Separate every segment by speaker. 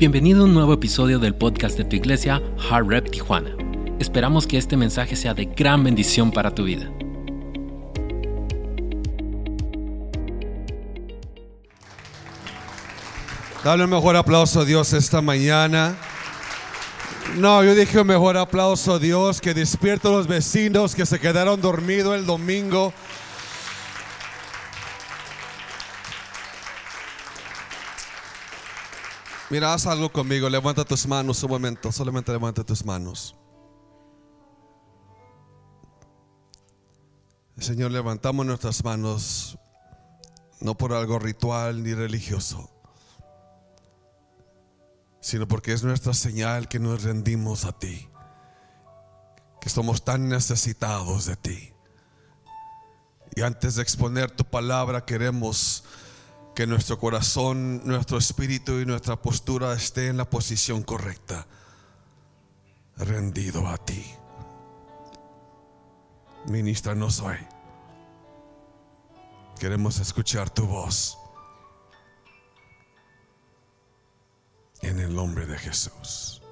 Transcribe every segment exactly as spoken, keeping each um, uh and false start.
Speaker 1: Bienvenido a un nuevo episodio del podcast de tu iglesia, Heart Rep Tijuana. Esperamos que este mensaje sea de gran bendición para tu vida.
Speaker 2: Dale un mejor aplauso a Dios esta mañana. No, yo dije un mejor aplauso a Dios, que despierte a los vecinos que se quedaron dormidos el domingo. Mira, haz algo conmigo, levanta tus manos un momento, solamente levanta tus manos. Señor, levantamos nuestras manos, no por algo ritual ni religioso, sino porque es nuestra señal que nos rendimos a ti, que somos tan necesitados de ti. Y antes de exponer tu palabra, queremos que nuestro corazón, nuestro espíritu y nuestra postura esté en la posición correcta, rendido a ti. Ministranos hoy. Queremos escuchar tu voz. En el nombre de Jesús.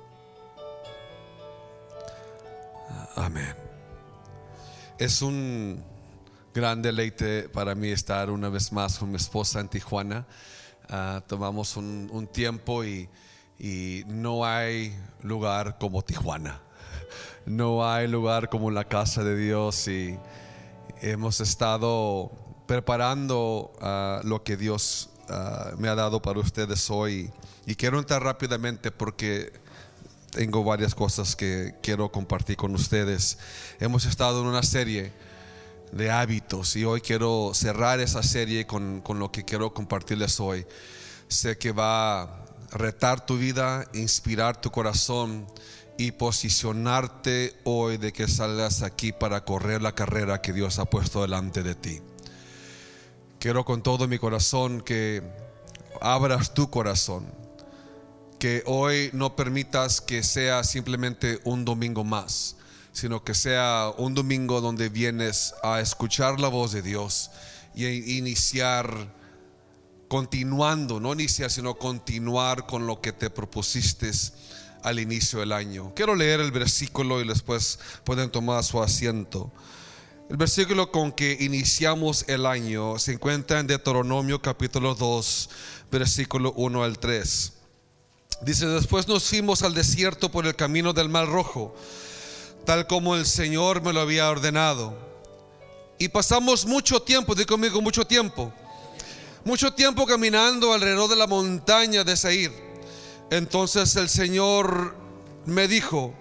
Speaker 2: Amén. Es un gran deleite para mí estar una vez más con mi esposa en Tijuana. Uh, tomamos un, un tiempo y, y no hay lugar como Tijuana. No hay lugar como la casa de Dios, y hemos estado preparando uh, lo que Dios uh, me ha dado para ustedes hoy. Y quiero entrar rápidamente porque tengo varias cosas que quiero compartir con ustedes. Hemos estado en una serie de hábitos y hoy quiero cerrar esa serie con, con lo que quiero compartirles hoy. Sé que va a retar tu vida, inspirar tu corazón y posicionarte hoy de que salgas aquí para correr la carrera que Dios ha puesto delante de ti. Quiero con todo mi corazón que abras tu corazón, que hoy no permitas que sea simplemente un domingo más, sino que sea un domingo donde vienes a escuchar la voz de Dios y a iniciar, continuando, no iniciar, sino continuar con lo que te propusiste al inicio del año. Quiero leer el versículo y después pueden tomar su asiento. El versículo con que iniciamos el año se encuentra en Deuteronomio capítulo dos, versículo uno al tres. Dice: después nos fuimos al desierto por el camino del Mar Rojo, tal como el Señor me lo había ordenado, y pasamos mucho tiempo, di conmigo, mucho tiempo, mucho tiempo caminando alrededor de la montaña de Seir. Entonces el Señor me dijo: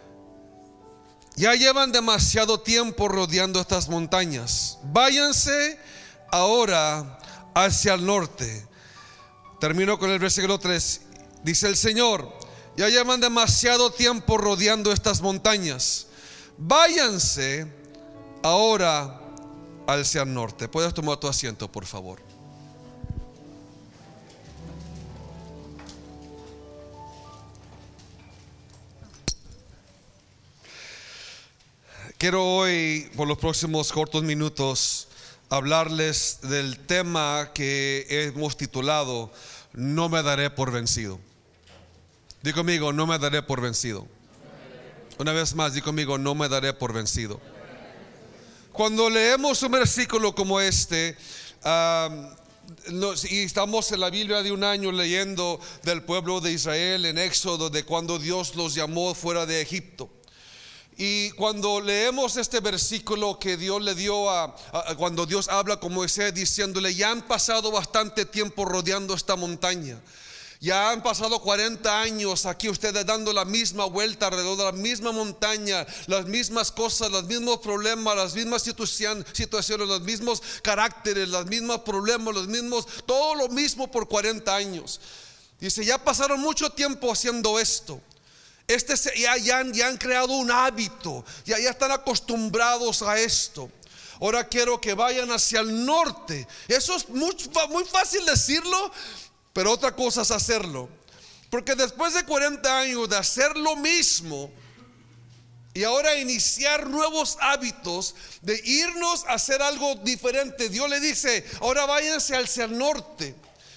Speaker 2: ya llevan demasiado tiempo rodeando estas montañas, váyanse ahora hacia el norte. Termino con el versículo tres. Dice el Señor: ya llevan demasiado tiempo rodeando estas montañas, váyanse ahora hacia el norte. Puedes tomar tu asiento, por favor. Quiero hoy, por los próximos cortos minutos, hablarles del tema que hemos titulado: no me daré por vencido. Di conmigo: no me daré por vencido. Una vez más, di conmigo: no me daré por vencido. Cuando leemos un versículo como este, um, nos, y estamos en la Biblia de un año leyendo del pueblo de Israel en Éxodo, de cuando Dios los llamó fuera de Egipto. Y cuando leemos este versículo que Dios le dio a, a cuando Dios habla con Moisés diciéndole: ya han pasado bastante tiempo rodeando esta montaña, ya han pasado cuarenta años aquí ustedes dando la misma vuelta alrededor de la misma montaña, las mismas cosas, los mismos problemas, las mismas situaciones, los mismos caracteres, los mismos problemas, los mismos, todo lo mismo por cuarenta años. Dice: ya pasaron mucho tiempo haciendo esto. Este ya, ya, han, ya han creado un hábito, ya, ya están acostumbrados a esto. Ahora quiero que vayan hacia el norte. Eso es muy, muy fácil decirlo, pero otra cosa es hacerlo. Porque después de cuarenta años de hacer lo mismo y ahora iniciar nuevos hábitos, de irnos a hacer algo diferente, Dios le dice: ahora váyanse hacia el norte.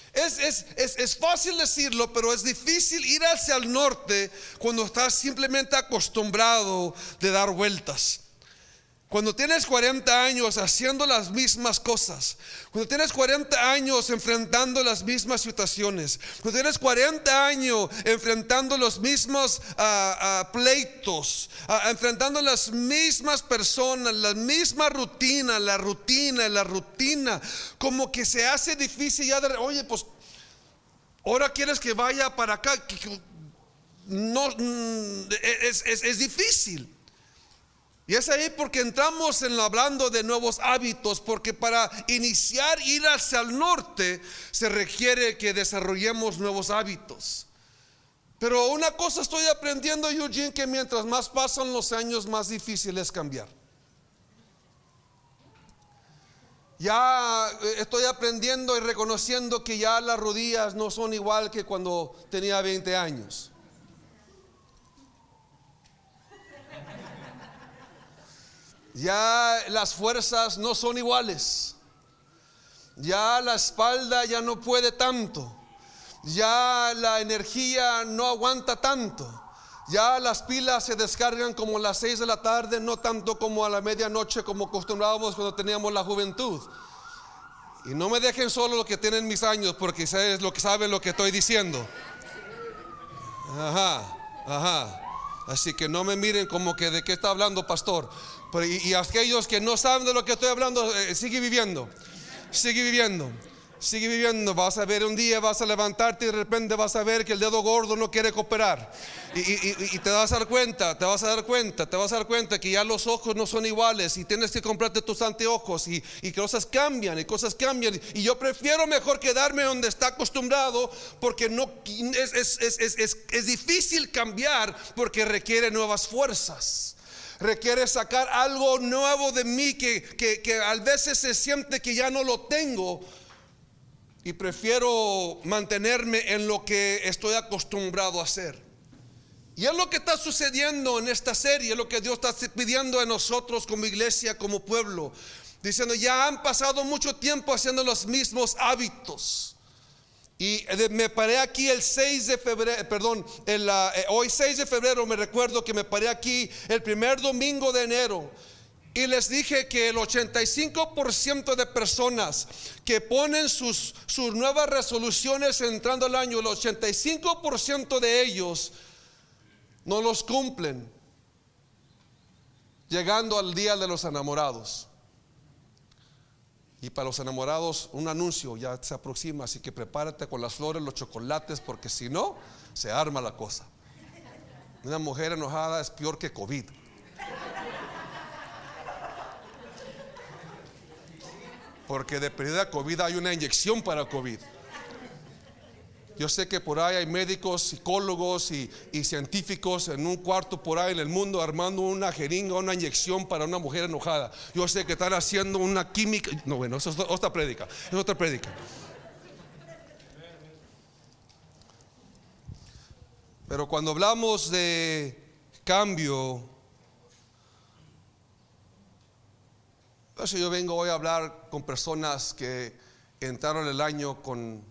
Speaker 2: Es, es, es, es fácil decirlo, pero es difícil ir hacia el norte cuando estás simplemente acostumbrado de dar vueltas. Cuando tienes cuarenta años haciendo las mismas cosas, cuando tienes cuarenta años enfrentando las mismas situaciones, cuando tienes cuarenta años enfrentando los mismos uh, uh, pleitos, uh, enfrentando las mismas personas, la misma rutina, la rutina, la rutina, como que se hace difícil ya de, oye, pues ahora quieres que vaya para acá. No, es, es, es difícil. Y es ahí porque entramos en lo hablando de nuevos hábitos, porque para iniciar ir hacia el norte se requiere que desarrollemos nuevos hábitos. Pero una cosa estoy aprendiendo, Eugene, que mientras más pasan los años, más difícil es cambiar. Ya estoy aprendiendo y reconociendo que ya las rodillas no son igual que cuando tenía veinte años. Ya las fuerzas no son iguales. Ya la espalda ya no puede tanto. Ya la energía no aguanta tanto. Ya las pilas se descargan como a las seis de la tarde, no tanto como a la medianoche como acostumbrábamos cuando teníamos la juventud. Y no me dejen solo lo que tienen mis años, porque es lo que saben lo que estoy diciendo. Ajá, ajá. Así que no me miren como que de qué está hablando, pastor. Pero, y, y aquellos que no saben de lo que estoy hablando, eh, sigue viviendo, sigue viviendo, sigue viviendo. Vas a ver un día, vas a levantarte y de repente vas a ver que el dedo gordo no quiere cooperar. Y, y, y, y te vas a dar cuenta, te vas a dar cuenta, te vas a dar cuenta que ya los ojos no son iguales y tienes que comprarte tus anteojos y, y cosas cambian y cosas cambian. Y yo prefiero mejor quedarme donde está acostumbrado, porque no es, es, es, es, es, es difícil cambiar porque requiere nuevas fuerzas. Requiere sacar algo nuevo de mí que, que, que a veces se siente que ya no lo tengo. Y prefiero mantenerme en lo que estoy acostumbrado a hacer. Y es lo que está sucediendo en esta serie. Es lo que Dios está pidiendo a nosotros como iglesia, como pueblo. Diciendo, ya han pasado mucho tiempo haciendo los mismos hábitos. Y me paré aquí el seis de febrero, perdón, el, uh, hoy seis de febrero me recuerdo que me paré aquí el primer domingo de enero. Y les dije que el ochenta y cinco por ciento de personas que ponen sus, sus nuevas resoluciones entrando al año, el ochenta y cinco por ciento de ellos no los cumplen llegando al día de los enamorados. Y para los enamorados un anuncio ya se aproxima, así que prepárate con las flores, los chocolates, porque si no, se arma la cosa. Una mujer enojada es peor que COVID. Porque de pérdida COVID hay una inyección para COVID. Yo sé que por ahí hay médicos, psicólogos y, y científicos en un cuarto por ahí en el mundo armando una jeringa, una inyección para una mujer enojada. Yo sé que están haciendo una química. No, bueno, eso es otra prédica. Es otra prédica. Pero cuando hablamos de cambio, yo vengo hoy a hablar con personas que entraron el año con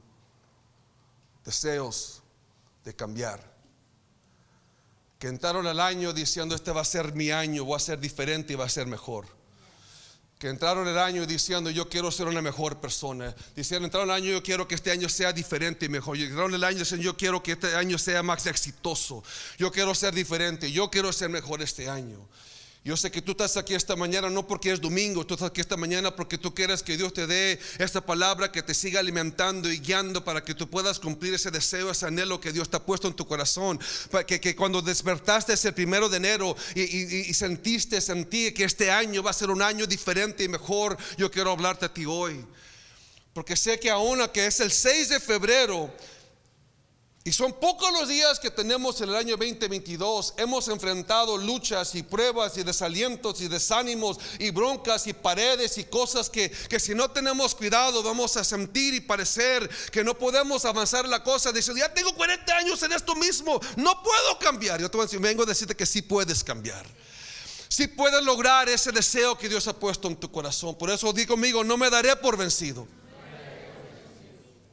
Speaker 2: deseos de cambiar, que entraron el año diciendo, este va a ser mi año, voy a ser diferente y va a ser mejor. Que entraron el año diciendo, yo quiero ser una mejor persona. Diciendo, entraron el año, yo quiero que este año sea diferente y mejor. Y entraron el año diciendo, yo quiero que este año sea más exitoso. Yo quiero ser diferente, yo quiero ser mejor este año. Yo sé que tú estás aquí esta mañana no porque es domingo, tú estás aquí esta mañana porque tú quieres que Dios te dé esta palabra que te siga alimentando y guiando para que tú puedas cumplir ese deseo, ese anhelo que Dios te ha puesto en tu corazón. Para que, que cuando despertaste ese primero de enero y, y, y sentiste, sentí que este año va a ser un año diferente y mejor, yo quiero hablarte a ti hoy. Porque sé que aún que es el seis de febrero, y son pocos los días que tenemos en el año veinte veintidós. Hemos enfrentado luchas y pruebas y desalientos y desánimos y broncas y paredes y cosas que, que si no tenemos cuidado vamos a sentir y parecer que no podemos avanzar la cosa. Dice, ya tengo cuarenta años en esto mismo, no puedo cambiar. Yo te voy a decir, vengo a decirte que sí puedes cambiar. Sí puedes lograr ese deseo que Dios ha puesto en tu corazón. Por eso di conmigo, no me daré por vencido.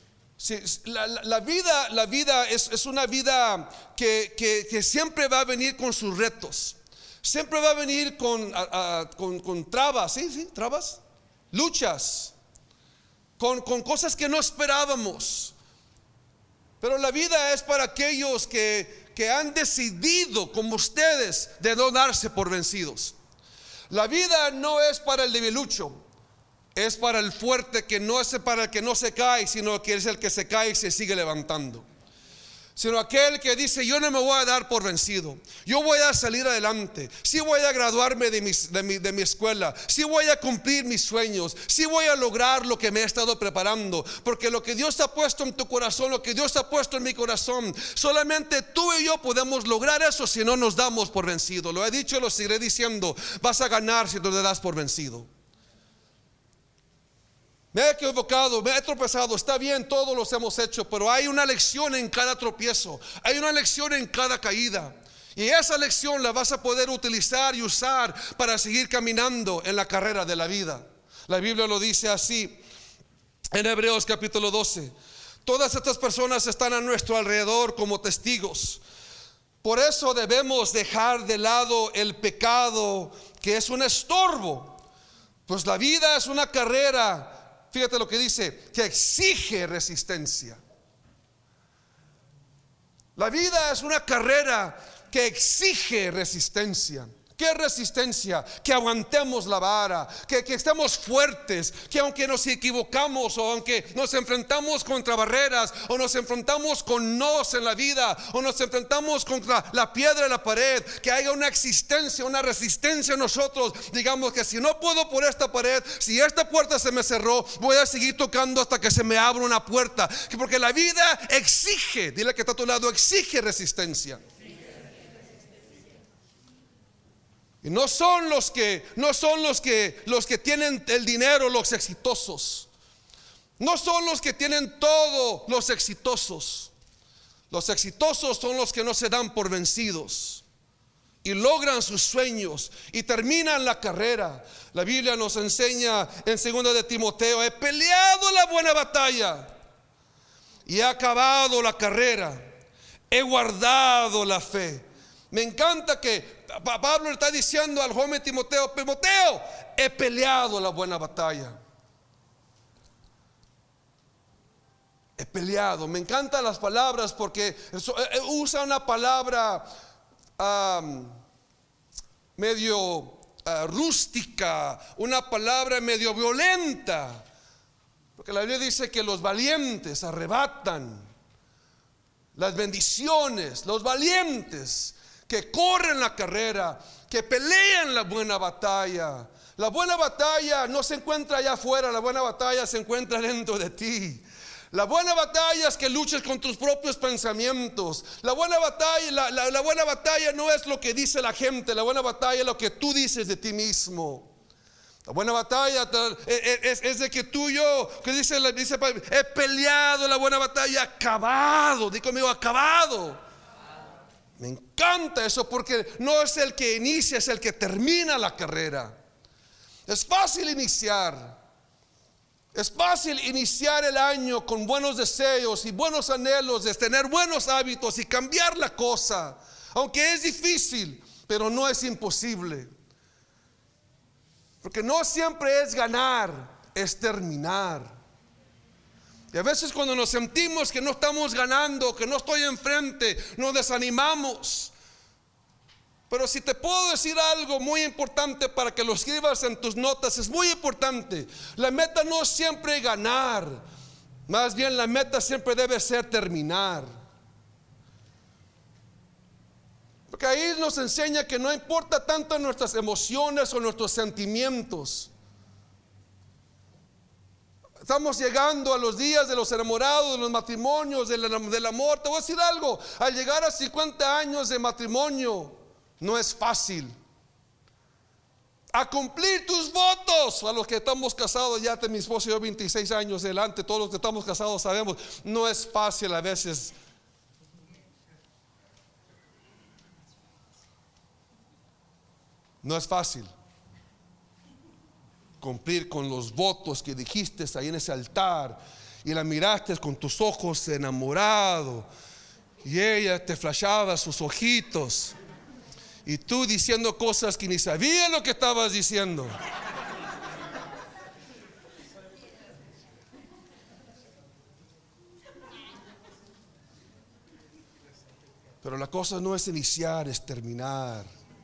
Speaker 3: Sí, la, la, la vida, la vida es, es una vida que, que, que siempre va a venir con sus retos. Siempre va a venir con, a, a, con, con trabas, ¿sí? ¿Sí? Trabas, luchas, con, con cosas que no esperábamos. Pero la vida es para aquellos que, que han decidido, como ustedes, de no darse por vencidos. La vida no es para el debilucho, es para el fuerte, que no es para el que no se cae, sino que es el que se cae y se sigue levantando. Sino aquel que dice: yo no me voy a dar por vencido, yo voy a salir adelante, sí voy a graduarme de mi, de mi, de mi escuela, sí voy a cumplir mis sueños, sí voy a lograr lo que me he estado preparando, porque lo que Dios ha puesto en tu corazón, lo que Dios ha puesto en mi corazón, solamente tú y yo podemos lograr eso si no nos damos por vencido. Lo he dicho, lo seguiré diciendo: vas a ganar si no te das por vencido. Me he equivocado, me he tropezado, está bien, todos los hemos hecho, pero hay una lección en cada tropiezo, hay una lección en cada caída, y esa lección la vas a poder utilizar y usar para seguir caminando en la carrera de la vida. La Biblia lo dice así en Hebreos capítulo doce: todas estas personas están a nuestro alrededor como testigos. Por eso debemos dejar de lado el pecado, que es un estorbo, pues la vida es una carrera. Fíjate lo que dice, que exige resistencia. La vida es una carrera que exige resistencia. ¿Qué resistencia? Que aguantemos la vara, que, que estemos fuertes, que aunque nos equivocamos, o aunque nos enfrentamos contra barreras, o nos enfrentamos con nos en la vida, o nos enfrentamos contra la piedra de la pared, que haya una existencia, una resistencia en nosotros. Digamos que si no puedo por esta pared, si esta puerta se me cerró, voy a seguir tocando hasta que se me abra una puerta. Porque la vida exige, dile que está a tu lado, exige resistencia. Y no son los que no son los que los que tienen el dinero, los exitosos. No son los que tienen todo, los exitosos. Los exitosos son los que no se dan por vencidos y logran sus sueños y terminan la carrera. La Biblia nos enseña en segunda de Timoteo: he peleado la buena batalla y he acabado la carrera, he guardado la fe. Me encanta que Pablo le está diciendo al joven Timoteo: Timoteo, he peleado la buena batalla. He peleado. Me encantan las palabras porque usa una palabra um, medio uh, rústica, una palabra medio violenta, porque la Biblia dice que los valientes arrebatan las bendiciones. Los valientes que corren la carrera, que pelean la buena batalla. La buena batalla no se encuentra allá afuera, la buena batalla se encuentra dentro de ti. La buena batalla es que luches con tus propios pensamientos. La buena batalla, la, la, la buena batalla no es lo que dice la gente, la buena batalla es lo que tú dices de ti mismo. La buena batalla es, es, es de que tú y yo, que dice, dice, he peleado la buena batalla, acabado. Di conmigo, acabado. Me encanta eso, porque no es el que inicia, es el que termina la carrera. Es fácil iniciar. Es fácil iniciar el año con buenos deseos y buenos anhelos, de tener buenos hábitos y cambiar la cosa. Aunque es difícil, pero no es imposible. Porque no siempre es ganar, es terminar. Y a veces cuando nos sentimos que no estamos ganando, que no estoy enfrente, nos desanimamos. Pero si te puedo decir algo muy importante para que lo escribas en tus notas, es muy importante. La meta no es siempre ganar, más bien la meta siempre debe ser terminar. Porque ahí nos enseña que no importa tanto nuestras emociones o nuestros sentimientos. Estamos llegando a los días de los enamorados, de los matrimonios, del, del amor. Te voy a decir algo: al llegar a cincuenta años de matrimonio, no es fácil. A cumplir tus votos, a los que estamos casados, ya de mi esposo y yo veintiséis años delante, todos los que estamos casados sabemos, no es fácil a veces. No es fácil cumplir con los votos que dijiste ahí en ese altar, y la miraste con tus ojos enamorados y ella te flashaba sus ojitos y tú diciendo cosas que ni sabías lo que estabas diciendo. Pero la cosa no es iniciar, es terminar.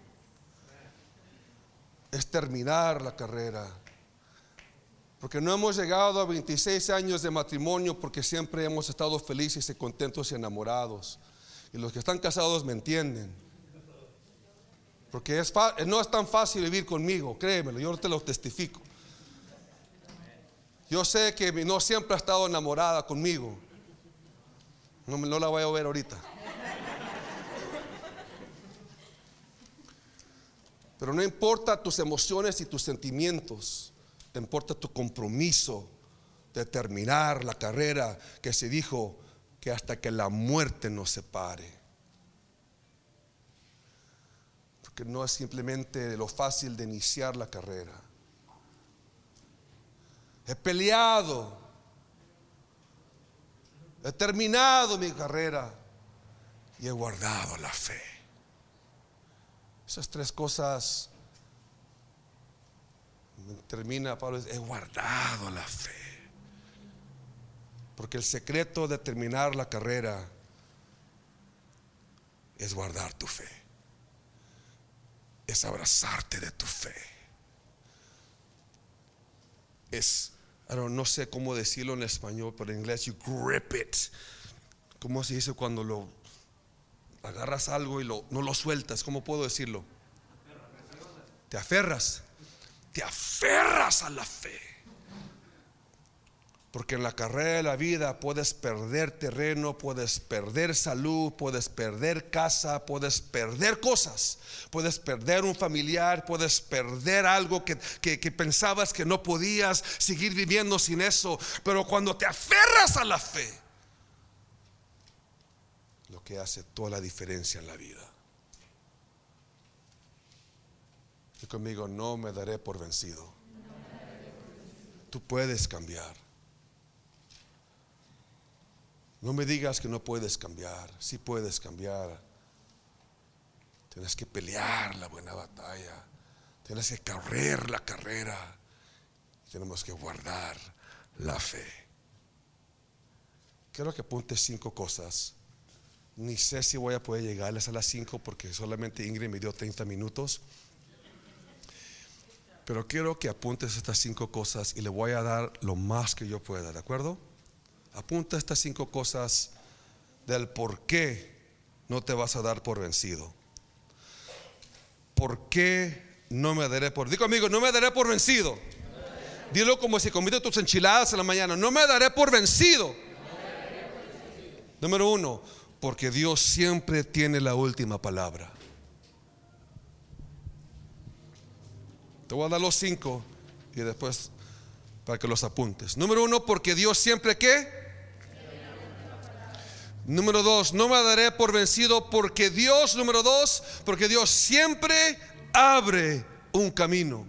Speaker 3: Es terminar la carrera. Porque no hemos llegado a veintiséis años de matrimonio porque siempre hemos estado felices y contentos y enamorados. Y los que están casados me entienden. Porque es no es tan fácil vivir conmigo, créemelo, yo te lo testifico. Yo sé que no siempre ha estado enamorada conmigo. No, no la voy a ver ahorita. Pero no importa tus emociones y tus sentimientos, te importa tu compromiso de terminar la carrera que se dijo que hasta que la muerte nos separe. Porque no es simplemente lo fácil de iniciar la carrera. He peleado, he terminado mi carrera y he guardado la fe. Esas tres cosas termina Pablo, he guardado la fe. Porque el secreto de terminar la carrera es guardar tu fe, es abrazarte de tu fe, es, I don't, no sé cómo decirlo en español, pero en inglés you grip it. ¿Cómo se dice cuando lo agarras algo y lo, no lo sueltas? ¿Cómo puedo decirlo? Te aferras. Te aferras a la fe. Porque en la carrera de la vida puedes perder terreno, puedes perder salud, puedes perder casa, puedes perder cosas, puedes perder un familiar, puedes perder algo que, que, que pensabas que no podías seguir viviendo sin eso. Pero cuando te aferras a la fe, lo que hace toda la diferencia en la vida. Y conmigo, no me daré por vencido. Tú puedes cambiar. No me digas que no puedes cambiar. Sí puedes cambiar. Tienes que pelear la buena batalla. Tienes que correr la carrera. Tenemos que guardar la fe. Quiero que apuntes cinco cosas. Ni sé si voy a poder llegarles a las cinco porque solamente Ingrid me dio treinta minutos. Pero quiero que apuntes estas cinco cosas y le voy a dar lo más que yo pueda, ¿de acuerdo? Apunta estas cinco cosas del por qué no te vas a dar por vencido. ¿Por qué no me daré por? Digo amigo, no me daré por vencido. Dilo como si comiste tus enchiladas en la mañana. No me daré por vencido. Número uno, porque Dios siempre tiene la última palabra. Te voy a dar los cinco y después para que los apuntes. Número uno, porque Dios siempre ¿qué? Número dos, no me daré por vencido porque Dios, número dos, porque Dios siempre abre un camino.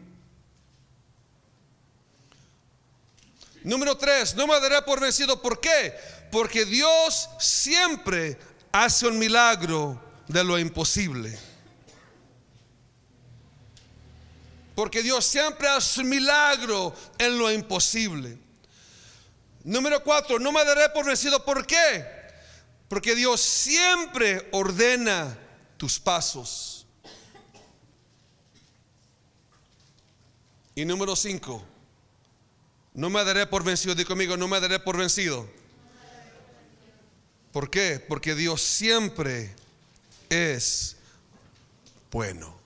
Speaker 3: Número tres, no me daré por vencido, ¿por qué? Porque Dios siempre hace un milagro de lo imposible. Porque Dios siempre hace un milagro en lo imposible. Número cuatro, no me daré por vencido, ¿por qué? Porque Dios siempre ordena tus pasos. Y número cinco, no me daré por vencido. Di conmigo, no me daré por vencido. ¿Por qué? Porque Dios siempre es bueno.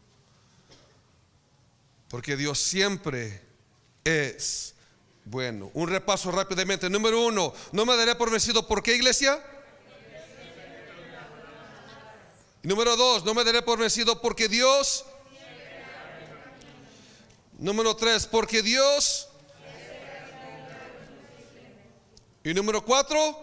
Speaker 3: Porque Dios siempre es bueno. Un repaso rápidamente. Número uno, no me daré por vencido. ¿Por qué, iglesia? Y número dos, no me daré por vencido porque Dios. Número tres, porque Dios. Y número cuatro.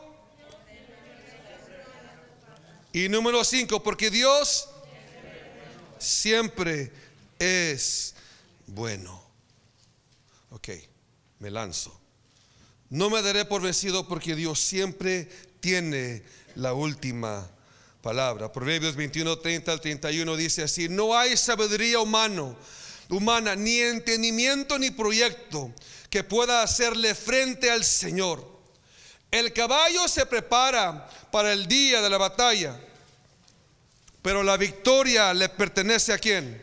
Speaker 3: Y número cinco, porque Dios siempre es bueno. Ok, me lanzo. No me daré por vencido porque Dios siempre tiene la última palabra. Proverbios veintiuno, treinta al treinta y uno dice así: no hay sabiduría humano, humana, ni entendimiento ni proyecto que pueda hacerle frente al Señor. El caballo se prepara para el día de la batalla, pero la victoria le pertenece ¿a quién?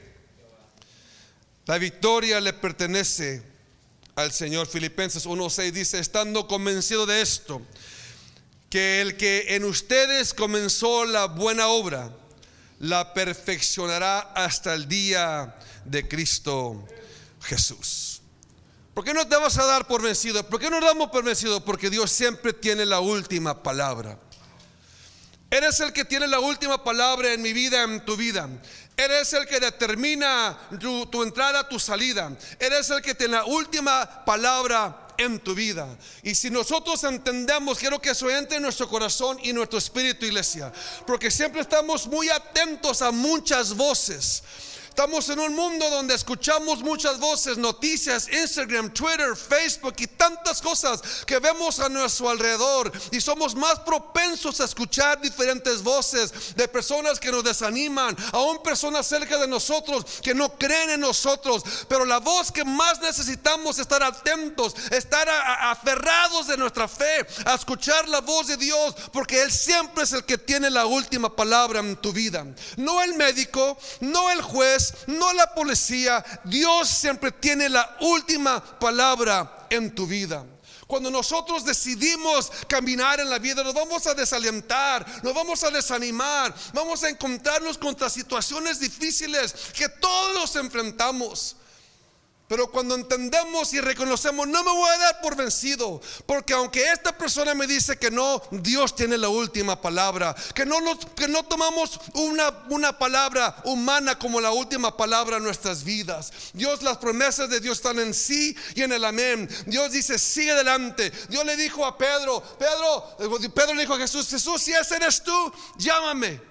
Speaker 3: La victoria le pertenece al Señor. Filipenses uno seis dice: estando convencido de esto, que el que en ustedes comenzó la buena obra, la perfeccionará hasta el día de Cristo Jesús. ¿Por qué no te vas a dar por vencido? ¿Por qué no damos por vencido? Porque Dios siempre tiene la última palabra. Eres el que tiene la última palabra en mi vida, en tu vida. Eres el que determina tu, tu entrada, tu salida. Eres el que tiene la última palabra en tu vida. Y si nosotros entendemos, quiero que eso entre en nuestro corazón y nuestro espíritu, iglesia, porque siempre estamos muy atentos a muchas voces. Estamos en un mundo donde escuchamos muchas voces, noticias, Instagram, Twitter, Facebook y tantas cosas que vemos a nuestro alrededor, y somos más propensos a escuchar diferentes voces de personas que nos desaniman, aún personas cerca de nosotros que no creen en nosotros. Pero la voz que más necesitamos estar atentos, estar a, a, aferrados de nuestra fe, a escuchar la voz de Dios, porque Él siempre es el que tiene la última palabra en tu vida. No el médico, no el juez, no la policía. Dios siempre tiene la última palabra en tu vida. Cuando nosotros decidimos caminar en la vida, nos vamos a desalentar, nos vamos a desanimar, vamos a encontrarnos contra situaciones difíciles que todos enfrentamos. Pero cuando entendemos y reconocemos, no me voy a dar por vencido, porque aunque esta persona me dice que no, Dios tiene la última palabra. Que no, nos, que no tomamos una, una palabra humana como la última palabra en nuestras vidas. Dios, las promesas de Dios están en sí y en el amén. Dios dice: sigue adelante. Dios le dijo a Pedro, Pedro, Pedro le dijo a Jesús: Jesús, si ese eres tú, llámame.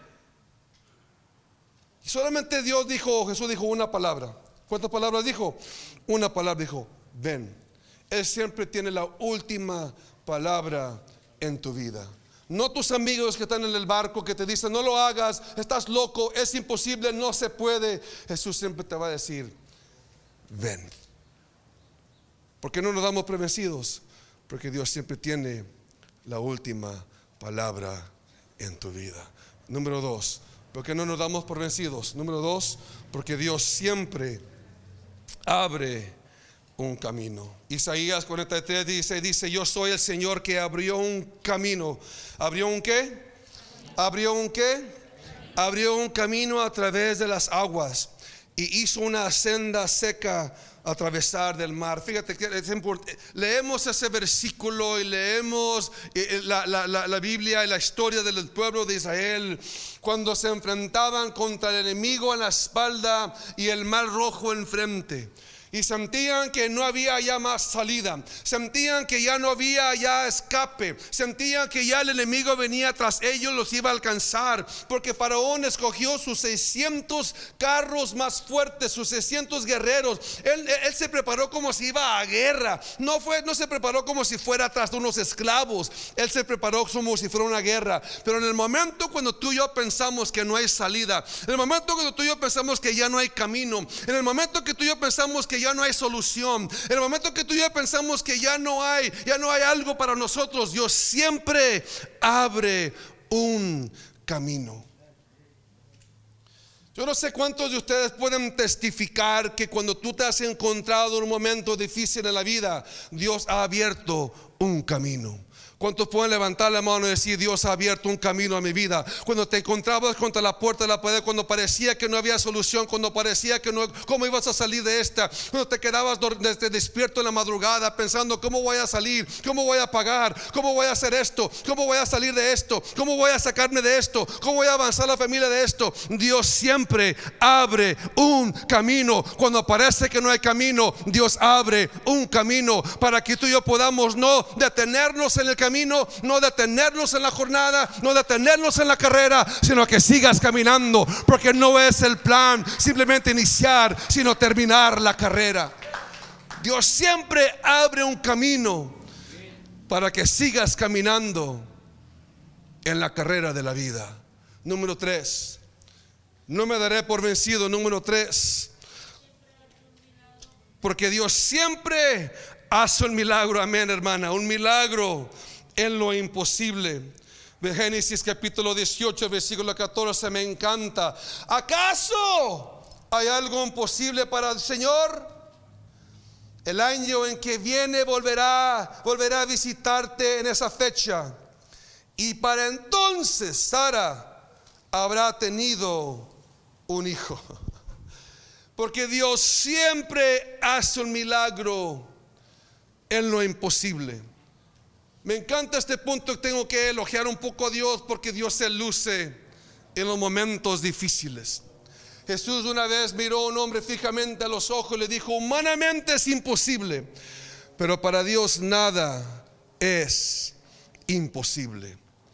Speaker 3: Y solamente Dios dijo, Jesús dijo una palabra. ¿Cuántas palabras dijo? Una palabra, dijo: ven. Él siempre tiene la última palabra en tu vida. No tus amigos que están en el barco que te dicen: no lo hagas, estás loco, es imposible, no se puede. Jesús siempre te va a decir: ven. ¿Por qué no nos damos por vencidos? Porque Dios siempre tiene la última palabra en tu vida. Número dos, ¿por qué no nos damos por vencidos? Número dos, porque Dios siempre abre un camino. Isaías cuarenta y tres dice, dice: yo soy el Señor que abrió un camino. ¿Abrió un qué? ¿Abrió un qué? Abrió un camino a través de las aguas y hizo una senda seca a atravesar del mar. Fíjate que es importante. Leemos ese versículo y leemos la, la, la, la Biblia y la historia del pueblo de Israel cuando se enfrentaban contra el enemigo en la espalda y el mar rojo enfrente. Y sentían que no había ya más salida, sentían que ya no había ya escape, sentían que ya el enemigo venía tras ellos, los iba a alcanzar, porque Faraón escogió sus seiscientos carros más fuertes, sus seiscientos guerreros. Él, él se preparó como si iba a guerra. No fue, no se preparó como si fuera tras de unos esclavos. Él se preparó como si fuera una guerra. Pero en el momento cuando tú y yo pensamos que no hay salida, en el momento cuando tú y yo pensamos que ya no hay camino, en el momento que tú y yo pensamos que ya no hay solución, en el momento que tú y yo pensamos que ya no hay, ya no hay algo para nosotros, Dios siempre abre un camino. Yo no sé cuántos de ustedes pueden testificar que cuando tú te has encontrado en un momento difícil en la vida, Dios ha abierto un camino. ¿Cuántos pueden levantar la mano y decir: Dios ha abierto un camino a mi vida? Cuando te encontrabas contra la puerta de la pared, cuando parecía que no había solución, cuando parecía que no, ¿cómo ibas a salir de esta? Cuando te quedabas desde despierto en la madrugada pensando: ¿cómo voy a salir? ¿Cómo voy a pagar? ¿Cómo voy a hacer esto? ¿Cómo voy a salir de esto? ¿Cómo voy a sacarme de esto? ¿Cómo voy a avanzar la familia de esto? Dios siempre abre un camino. Cuando parece que no hay camino, Dios abre un camino para que tú y yo podamos no detenernos en el camino, no detenernos en la jornada, no detenernos en la carrera, sino que sigas caminando, porque no es el plan simplemente iniciar, sino terminar la carrera. Dios siempre abre un camino. para que sigas caminando en la carrera de la vida. Número tres, no me daré por vencido. Número tres, porque Dios siempre hace un milagro. Amén, hermana, un milagro en lo imposible. De Génesis capítulo dieciocho, versículo catorce, me encanta. ¿Acaso hay algo imposible para el Señor? El año en que viene volverá, volverá a visitarte en esa fecha. Y para entonces Sara habrá tenido un hijo. Porque Dios siempre hace un milagro en lo imposible. Me encanta este punto. Tengo que elogiar un poco a Dios, porque Dios se luce en los momentos difíciles. Jesús una vez miró a un hombre fijamente a los ojos y le dijo: humanamente es imposible, pero para Dios nada es imposible.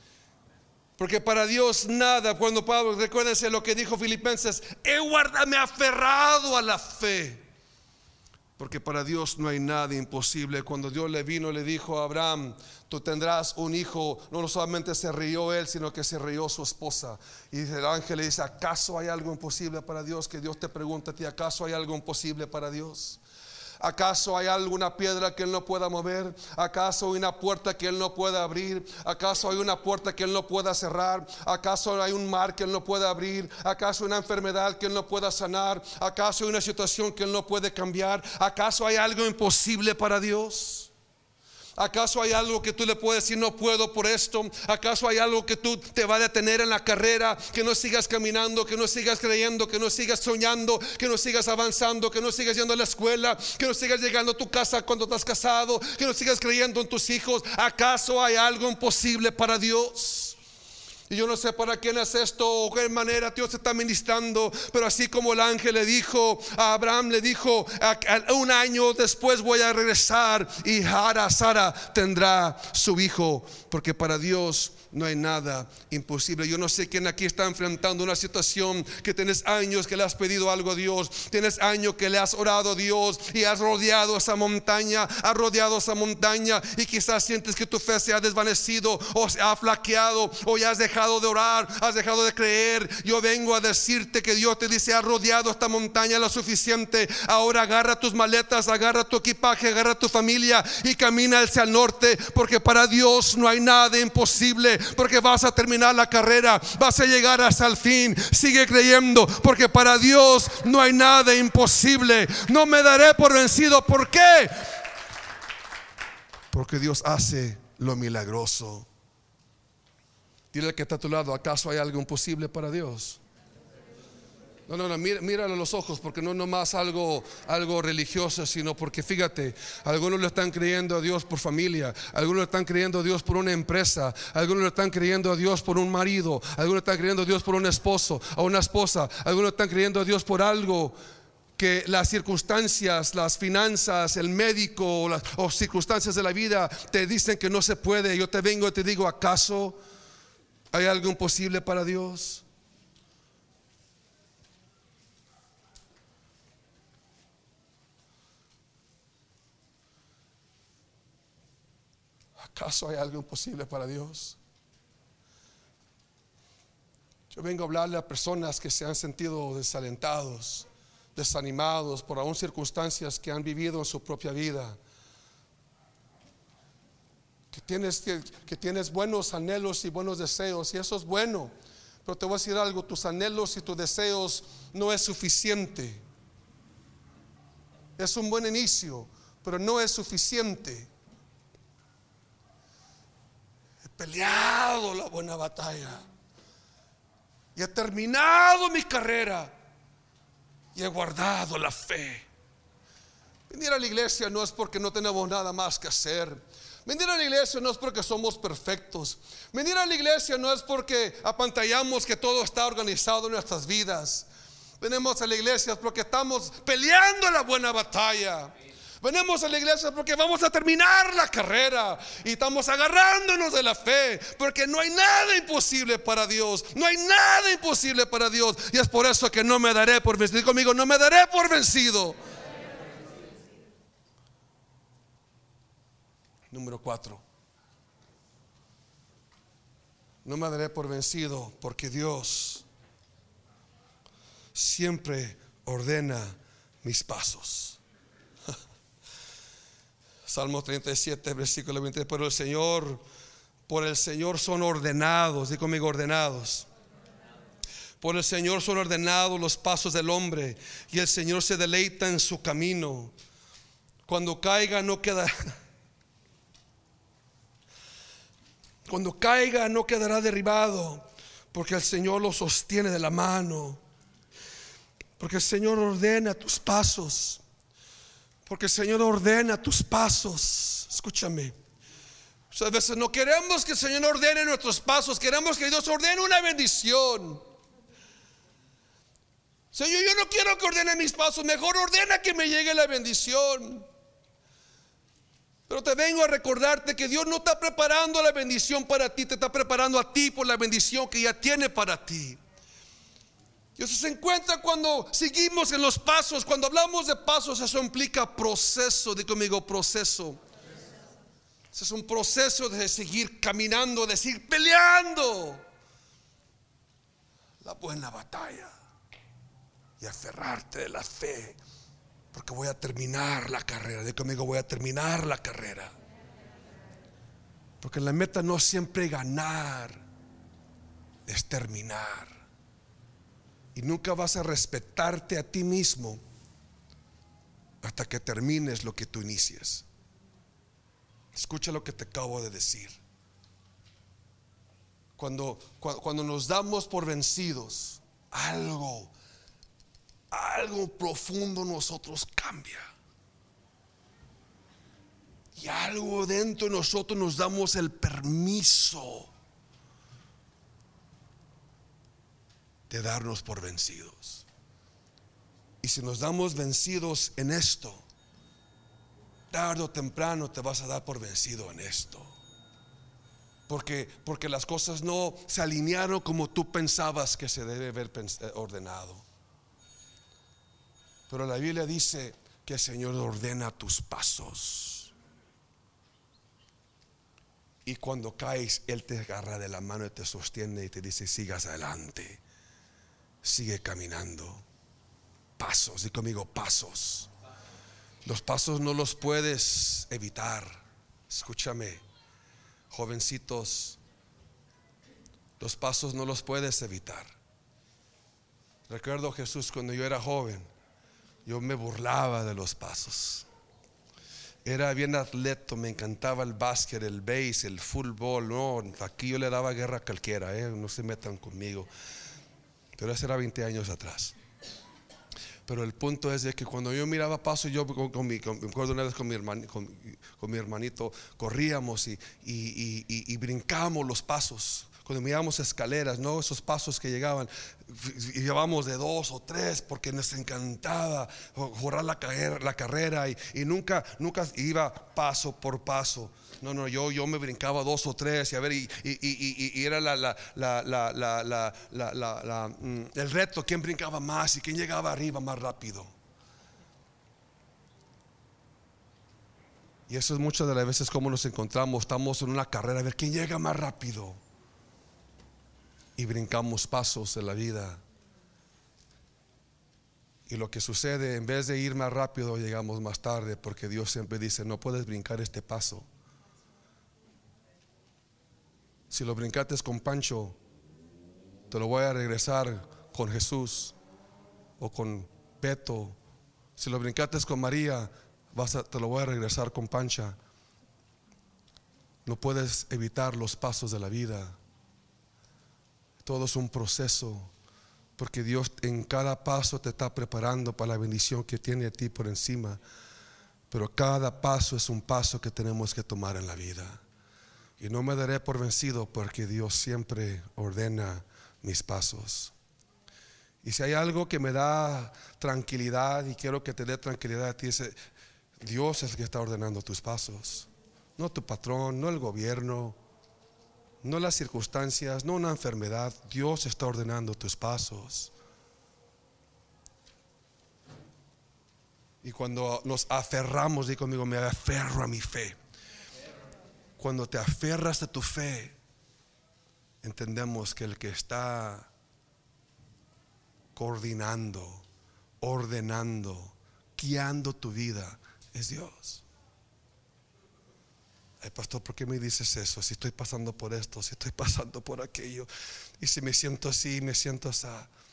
Speaker 3: Porque para Dios nada, cuando Pablo, recuérdense lo que dijo Filipenses, he guardado, me he aferrado a la fe. Porque para Dios no hay nada imposible. Cuando Dios le vino, le dijo a Abraham: tú tendrás un hijo. No solamente se rió él, sino que se rió su esposa. Y el ángel le dice: ¿acaso hay algo imposible para Dios? Que Dios te pregunta a ti: ¿acaso hay algo imposible para Dios? ¿Acaso hay alguna piedra que Él no pueda mover? ¿Acaso hay una puerta que Él no pueda abrir? ¿Acaso hay una puerta que Él no pueda cerrar? ¿Acaso hay un mar que Él no pueda abrir? ¿Acaso hay una enfermedad que Él no pueda sanar? ¿Acaso hay una situación que Él no puede cambiar? ¿Acaso hay algo imposible para Dios? ¿Acaso hay algo que tú le puedes decir: no puedo por esto? ¿Acaso hay algo que tú te va a detener en la carrera? Que no sigas caminando, que no sigas creyendo, que no sigas soñando, que no sigas avanzando, que no sigas yendo a la escuela, que no sigas llegando a tu casa cuando estás casado, que no sigas creyendo en tus hijos. ¿Acaso hay algo imposible para Dios? Y yo no sé para quién es esto o qué manera Dios se está ministrando, pero así como el ángel le dijo a Abraham, le dijo: un año después voy a regresar y Sara, Sara tendrá su hijo. Porque para Dios no hay nada imposible. Yo no sé quién aquí está enfrentando una situación que tienes años que le has pedido algo a Dios, tienes años que le has orado a Dios y has rodeado esa montaña, has rodeado esa montaña y quizás sientes que tu fe se ha desvanecido o se ha flaqueado o ya has dejado de orar, has dejado de creer. Yo vengo a decirte que Dios te dice: has rodeado esta montaña lo suficiente. Ahora agarra tus maletas, agarra tu equipaje, agarra tu familia y camina hacia el norte, porque para Dios no hay nada imposible. Porque vas a terminar la carrera, vas a llegar hasta el fin. Sigue creyendo, porque para Dios no hay nada imposible. No me daré por vencido. ¿Por qué? Porque Dios hace lo milagroso. Dile al que está a tu lado: ¿acaso hay algo imposible para Dios? No, no, no, mira, míralo a los ojos, porque no es nomás algo, algo religioso, sino porque fíjate, algunos le están creyendo a Dios por familia, algunos le están creyendo a Dios por una empresa, algunos le están creyendo a Dios por un marido, algunos le están creyendo a Dios por un esposo o una esposa, algunos le están creyendo a Dios por algo que las circunstancias, las finanzas, el médico o las o circunstancias de la vida te dicen que no se puede. Yo te vengo y te digo: ¿acaso hay algo imposible para Dios? ¿Acaso hay algo imposible para Dios? Yo vengo a hablarle a personas que se han sentido desalentados, desanimados por aún circunstancias que han vivido en su propia vida. Que tienes, que, que tienes buenos anhelos y buenos deseos, y eso es bueno. Pero te voy a decir algo: tus anhelos y tus deseos no es suficiente. Es un buen inicio, pero no es suficiente. Peleado la buena batalla y he terminado mi carrera y he guardado la fe. Venir a la iglesia no es porque no tenemos nada más que hacer. Venir a la iglesia no es porque somos perfectos. Venir a la iglesia no es porque apantallamos que todo está organizado en nuestras vidas. Venimos a la iglesia porque estamos peleando la buena batalla. Venimos a la iglesia porque vamos a terminar la carrera y estamos agarrándonos de la fe, porque no hay nada imposible para Dios. No hay nada imposible para Dios. Y es por eso que no me daré por vencido. Diga conmigo: no me daré por vencido. Número cuatro. No me daré por vencido, porque Dios siempre ordena mis pasos. Salmo treinta y siete, versículo veinte. Pero el Señor, por el Señor son ordenados, digo conmigo, ordenados. Por el Señor son ordenados los pasos del hombre, y el Señor se deleita en su camino. Cuando caiga no queda Cuando caiga no quedará derribado, porque el Señor lo sostiene de la mano. Porque el Señor ordena tus pasos. Porque el Señor ordena tus pasos. Escúchame. Muchas veces no queremos que el Señor ordene nuestros pasos. Queremos que Dios ordene una bendición. Señor, yo no quiero que ordene mis pasos. Mejor ordena que me llegue la bendición. Pero te vengo a recordarte que Dios no está preparando la bendición para ti. Te está preparando a ti por la bendición que ya tiene para ti. Y eso se encuentra cuando seguimos en los pasos. Cuando hablamos de pasos, eso implica proceso. Digo conmigo, proceso. Ese es un proceso de seguir caminando, de seguir peleando la buena batalla y aferrarte de la fe. Porque voy a terminar la carrera. Digo conmigo, voy a terminar la carrera. Porque la meta no siempre es ganar, es terminar. Y nunca vas a respetarte a ti mismo hasta que termines lo que tú inicies. Escucha lo que te acabo de decir. Cuando, cuando, cuando nos damos por vencidos, algo Algo profundo en nosotros cambia. Y algo dentro de nosotros nos damos el permiso de darnos por vencidos. Y si nos damos vencidos en esto, tarde o temprano te vas a dar por vencido en esto. Porque, porque las cosas no se alinearon como tú pensabas que se debe haber ordenado. Pero la Biblia dice que el Señor ordena tus pasos. Y cuando caes, Él te agarra de la mano y te sostiene y te dice: sigas adelante, sigue caminando. Pasos, di conmigo, pasos. Los pasos no los puedes evitar. Escúchame, jovencitos, los pasos no los puedes evitar. Recuerdo a Jesús cuando yo era joven. Yo me burlaba de los pasos. Era bien atleta, me encantaba el básquet, el base, el fútbol. No, aquí yo le daba guerra a cualquiera, ¿eh? No se metan conmigo. Pero eso era veinte años atrás. Pero el punto es de que cuando yo miraba pasos, yo con, con mi, con, me acuerdo una vez con mi, herman, con, con mi hermanito, corríamos y, y, y, y, y brincábamos los pasos. Cuando mirábamos escaleras, no esos pasos que llegaban, y llevábamos de dos o tres porque nos encantaba jugar la carrera, la carrera y, y nunca, nunca iba paso por paso. No, no, yo, yo me brincaba dos o tres y a ver, y, y, y, y era la, la, la, la, la, la, la, la, la, el reto, quién brincaba más y quién llegaba arriba más rápido. Y eso es muchas de las veces como nos encontramos. Estamos en una carrera a ver quién llega más rápido. Y brincamos pasos en la vida. Y lo que sucede, en vez de ir más rápido, llegamos más tarde, porque Dios siempre dice: no puedes brincar este paso. Si lo brincaste con Pancho, te lo voy a regresar con Jesús o con Beto. Si lo brincaste con María, vas a, te lo voy a regresar con Pancha. No puedes evitar los pasos de la vida. Todo es un proceso, porque Dios en cada paso te está preparando para la bendición que tiene a ti por encima. Pero cada paso es un paso que tenemos que tomar en la vida. Y no me daré por vencido, porque Dios siempre ordena mis pasos. Y si hay algo que me da tranquilidad, y quiero que te dé tranquilidad a ti, es Dios es el que está ordenando tus pasos. No tu patrón, no el gobierno, no las circunstancias, no una enfermedad. Dios está ordenando tus pasos. Y cuando nos aferramos, di conmigo, me aferro a mi fe. Cuando te aferras a tu fe, entendemos que el que está coordinando, ordenando, guiando tu vida es Dios. Ay, pastor, ¿por qué me dices eso? Si estoy pasando por esto, si estoy pasando por aquello, y si me siento así, me siento así.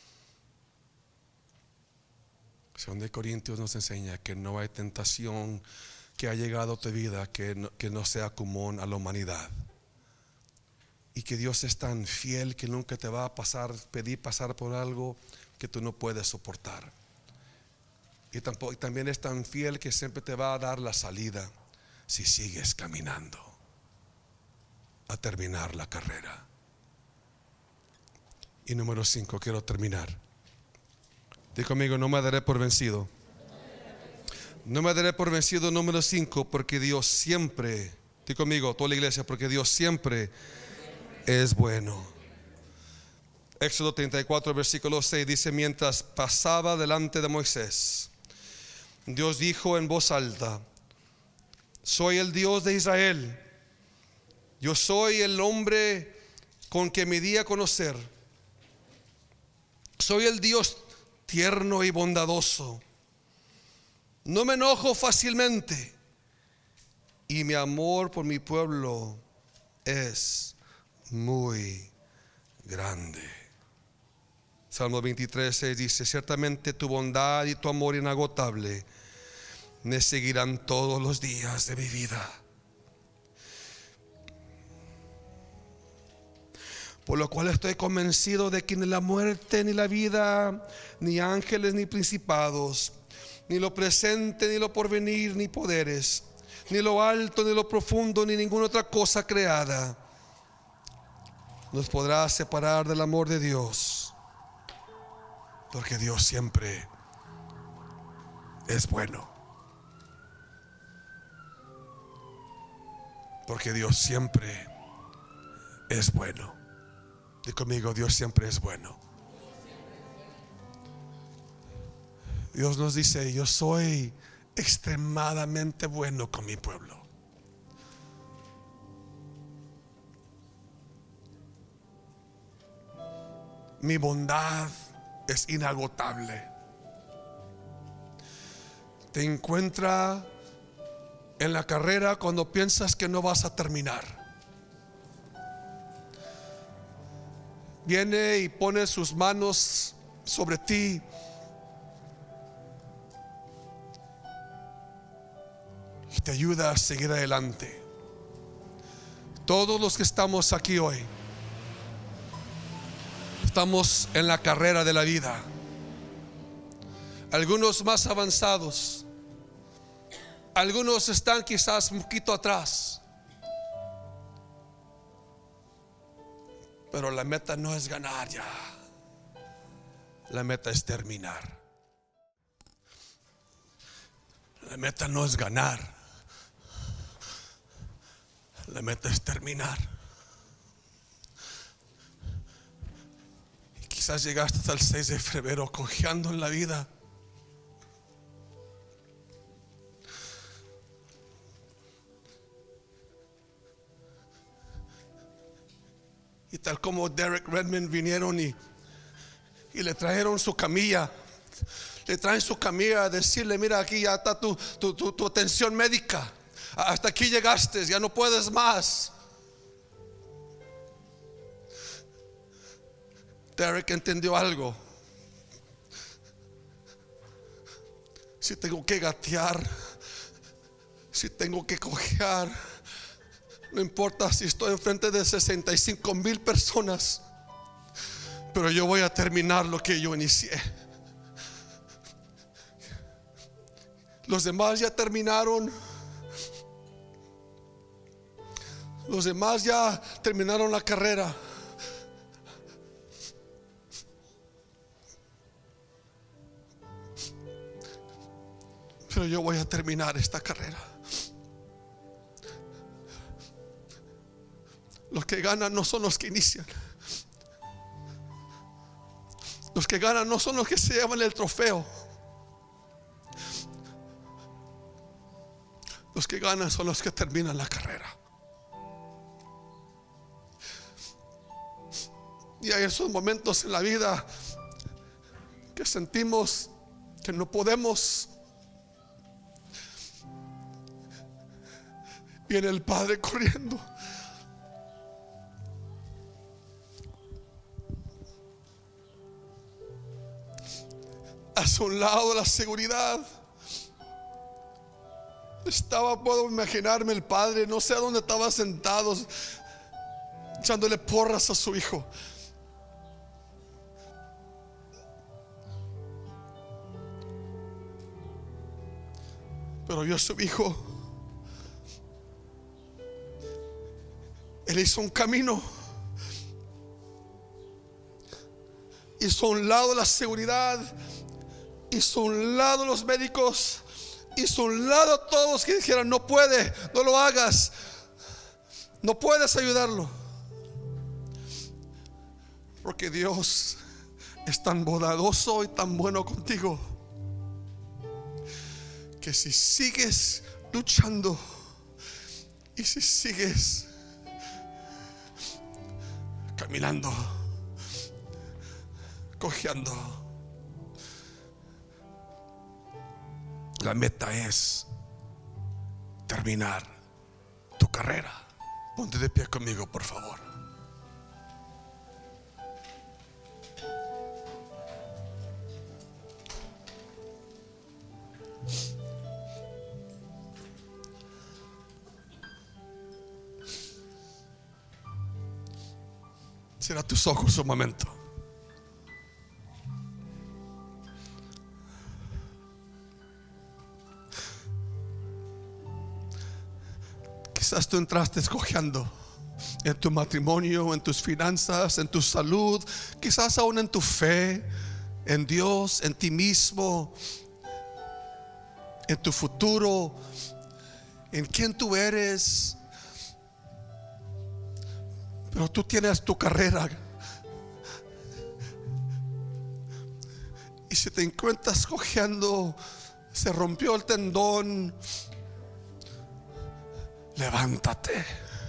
Speaker 3: Segunda de Corintios nos enseña que no hay tentación que ha llegado a tu vida que no, que no sea común a la humanidad, y que Dios es tan fiel que nunca te va a pasar, pedir pasar por algo que tú no puedes soportar, y, tampoco, y también es tan fiel que siempre te va a dar la salida si sigues caminando a terminar la carrera. Y número cinco, quiero terminar. Di conmigo: no me daré por vencido. No me daré por vencido. Número cinco, porque Dios siempre, di conmigo, toda la iglesia, porque Dios siempre es bueno. Éxodo treinta y cuatro, versículo seis dice: mientras pasaba delante de Moisés, Dios dijo en voz alta: soy el Dios de Israel. Yo soy el hombre con que me di a conocer. Soy el Dios tierno y bondadoso. No me enojo fácilmente, y mi amor por mi pueblo es muy grande. Salmo veintitrés, seis dice: ciertamente tu bondad y tu amor inagotable me seguirán todos los días de mi vida. Por lo cual estoy convencido de que ni la muerte ni la vida, ni ángeles ni principados, ni lo presente ni lo porvenir, ni poderes, ni lo alto ni lo profundo, ni ninguna otra cosa creada nos podrá separar del amor de Dios, porque Dios siempre es bueno. Porque Dios siempre es bueno. Di conmigo: Dios siempre es bueno. Dios nos dice: yo soy extremadamente bueno con mi pueblo. Mi bondad es inagotable. Te encuentra en la carrera cuando piensas que no vas a terminar. Viene y pone sus manos sobre ti y te ayuda a seguir adelante. Todos los que estamos aquí hoy estamos en la carrera de la vida. Algunos más avanzados, algunos están quizás un poquito atrás, pero la meta no es ganar ya. La meta es terminar. La meta no es ganar. La meta es terminar. Y quizás llegaste hasta el seis de febrero cojeando en la vida. Y tal como Derek Redmond vinieron y, y le trajeron su camilla, le traen su camilla a decirle: mira, aquí ya está tu, tu, tu, tu atención médica. Hasta aquí llegaste, ya no puedes más. Derek entendió algo. Si tengo que gatear, si tengo que cojear, no importa si estoy enfrente de sesenta y cinco mil personas, pero yo voy a terminar lo que yo inicié. Los demás ya terminaron. Los demás ya terminaron la carrera. Pero yo voy a terminar esta carrera. Los que ganan no son los que inician. Los que ganan no son los que se llevan el trofeo. Los que ganan son los que terminan la carrera. Y hay esos momentos en la vida que sentimos que no podemos. Viene el Padre corriendo. Hacia un lado la seguridad. Estaba, puedo imaginarme el padre, no sé a dónde estaba sentado, echándole porras a su hijo. Pero vio a su hijo. Él hizo un camino. Hizo a un lado la seguridad. Hizo a un lado los médicos. Hizo a un lado a todos que dijeran: no puede, no lo hagas, no puedes ayudarlo. Porque Dios es tan bondadoso y tan bueno contigo, que si sigues luchando y si sigues caminando, cojeando, la meta es terminar tu carrera. Ponte de pie conmigo, por favor. Cierra tus ojos un momento. Quizás tú entraste escogiendo en tu matrimonio, en tus finanzas, en tu salud, quizás aún en tu fe, en Dios, en ti mismo, en tu futuro, en quién tú eres. Pero tú tienes tu carrera. Y si te encuentras cojeando, se rompió el tendón, levántate.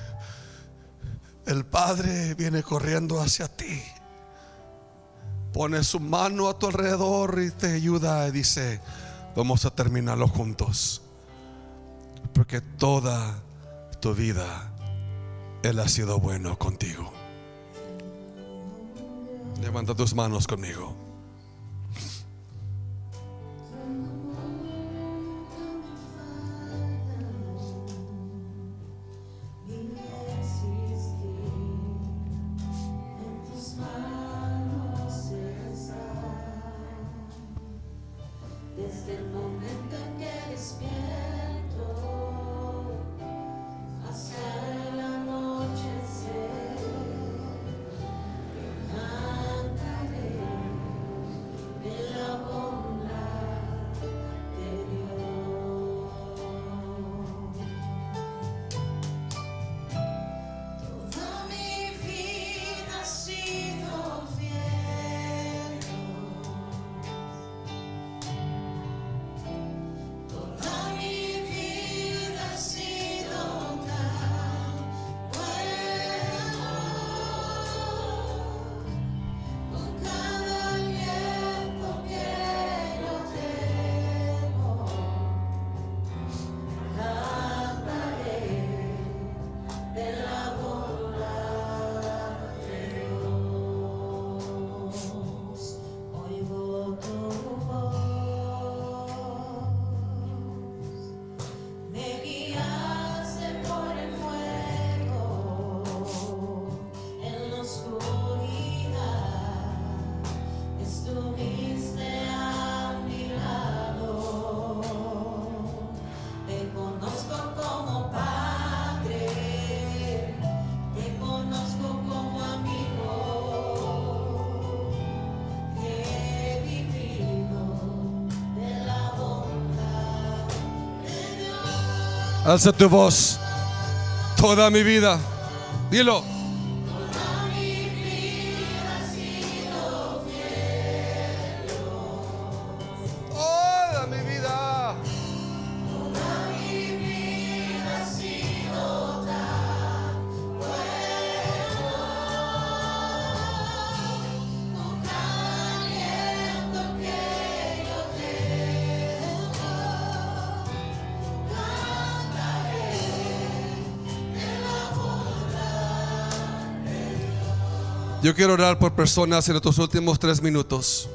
Speaker 3: El Padre viene corriendo hacia ti. Pone su mano a tu alrededor y te ayuda y dice: vamos a terminarlo juntos. Porque toda tu vida Él ha sido bueno contigo. Levanta tus manos conmigo.
Speaker 4: Desde el momento en que despierto hasta el anochecer, cantaré de la bondad de Dios. Toda mi vida ha sido fiel. Toda mi vida ha sido tan bueno. Con cada aliento que yo tengo, cantaré de la bondad de Dios. Oigo tu voz, me guiaste por el fuego, en la oscuridad estuviste a mi lado. Te conozco como Padre, te conozco como amigo. He vivido de la bondad de Dios.
Speaker 3: Alza tu voz. Toda mi vida, dilo.
Speaker 4: Toda mi vida ha sido fiel.
Speaker 3: Toda mi vida.
Speaker 4: Toda mi vida ha sido tan bueno.
Speaker 3: Yo quiero orar por personas en estos últimos tres minutos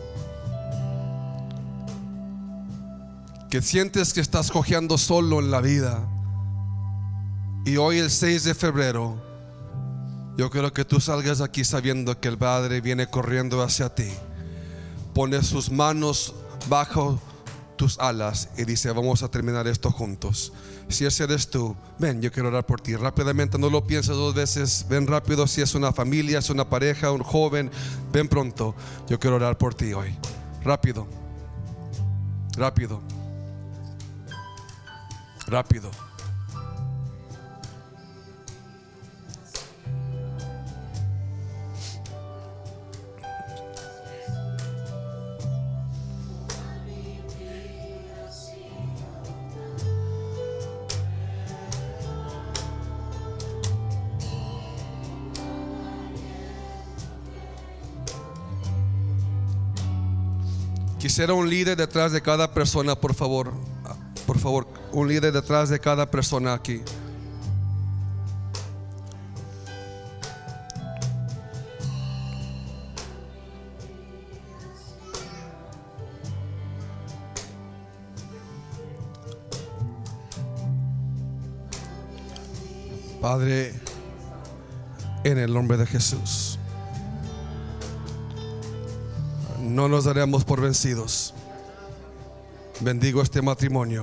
Speaker 3: que sientes que estás cojeando solo en la vida. Y hoy, el seis de febrero, yo quiero que tú salgas aquí sabiendo que el Padre viene corriendo hacia ti, pone sus manos bajo tus alas y dice: vamos a terminar esto juntos. Si ese eres tú, ven, yo quiero orar por ti. Rápidamente, no lo pienses dos veces. Ven rápido. Si es una familia, es una pareja, un joven, ven pronto. Yo quiero orar por ti hoy. Rápido. Rápido. Rápido. Quisiera un líder detrás de cada persona, por favor. Por favor, un líder detrás de cada persona aquí. Padre, en el nombre de Jesús, no nos daremos por vencidos. Bendigo este matrimonio.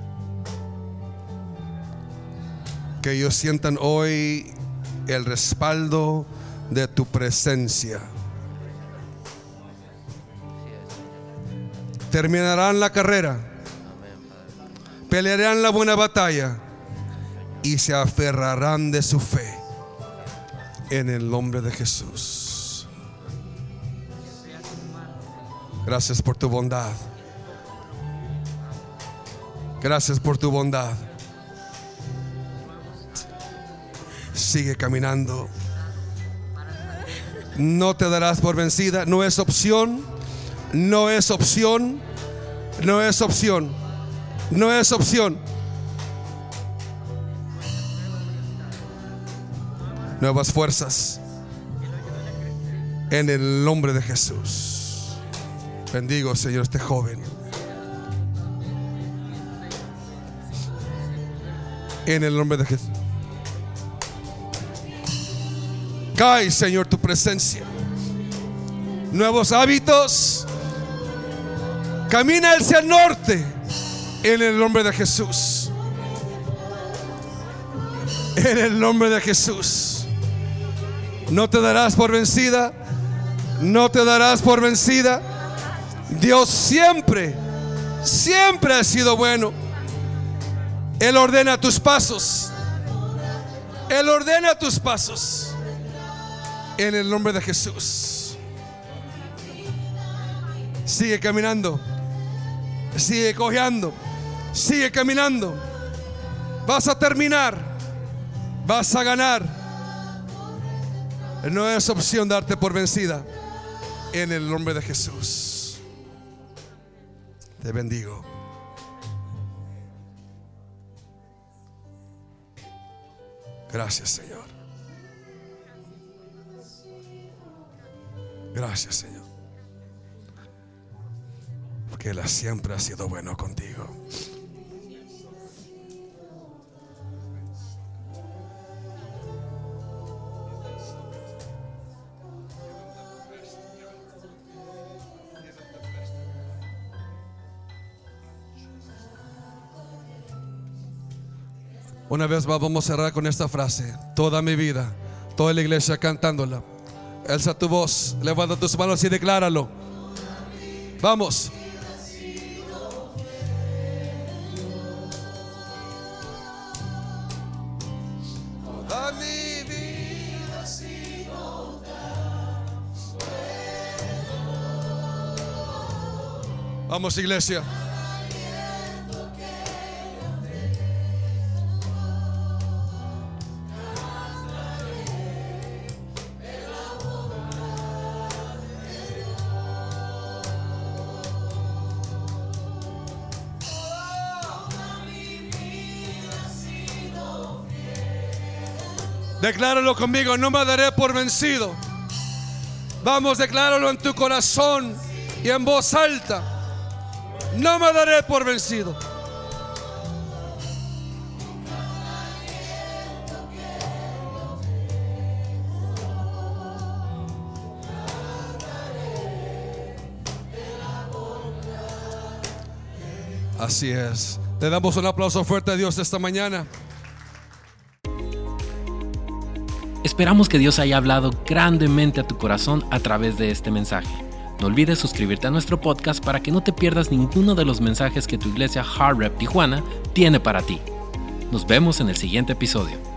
Speaker 3: Que ellos sientan hoy el respaldo de tu presencia. Terminarán la carrera, pelearán la buena batalla y se aferrarán de su fe en el nombre de Jesús. Gracias por tu bondad. Gracias por tu bondad. Sigue caminando. No te darás por vencida. No es opción. No es opción. No es opción. No es opción. Nuevas fuerzas en el nombre de Jesús. Bendigo, Señor, este joven. En el nombre de Jesús. Cae, Señor, tu presencia. Nuevos hábitos. Camina hacia el norte. En el nombre de Jesús. En el nombre de Jesús. No te darás por vencida. No te darás por vencida. Dios siempre, siempre ha sido bueno. Él ordena tus pasos. Él ordena tus pasos. En el nombre de Jesús. Sigue caminando. Sigue cojeando. Sigue caminando. Vas a terminar. Vas a ganar. No es opción darte por vencida. En el nombre de Jesús. Te bendigo. Gracias, Señor. Gracias, Señor. Porque Él siempre ha sido bueno contigo. Una vez más vamos a cerrar con esta frase. Toda mi vida, toda la iglesia cantándola. Alza tu voz, levanta tus manos y decláralo. Vamos. Toda mi vida ha sido bueno. Vamos, iglesia. Decláralo conmigo. No me daré por vencido. Vamos, decláralo en tu corazón y en voz alta. No me daré por vencido. Así es. Le damos un aplauso fuerte a Dios esta mañana.
Speaker 1: Esperamos que Dios haya hablado grandemente a tu corazón a través de este mensaje. No olvides suscribirte a nuestro podcast para que no te pierdas ninguno de los mensajes que tu iglesia Heart Rep Tijuana tiene para ti. Nos vemos en el siguiente episodio.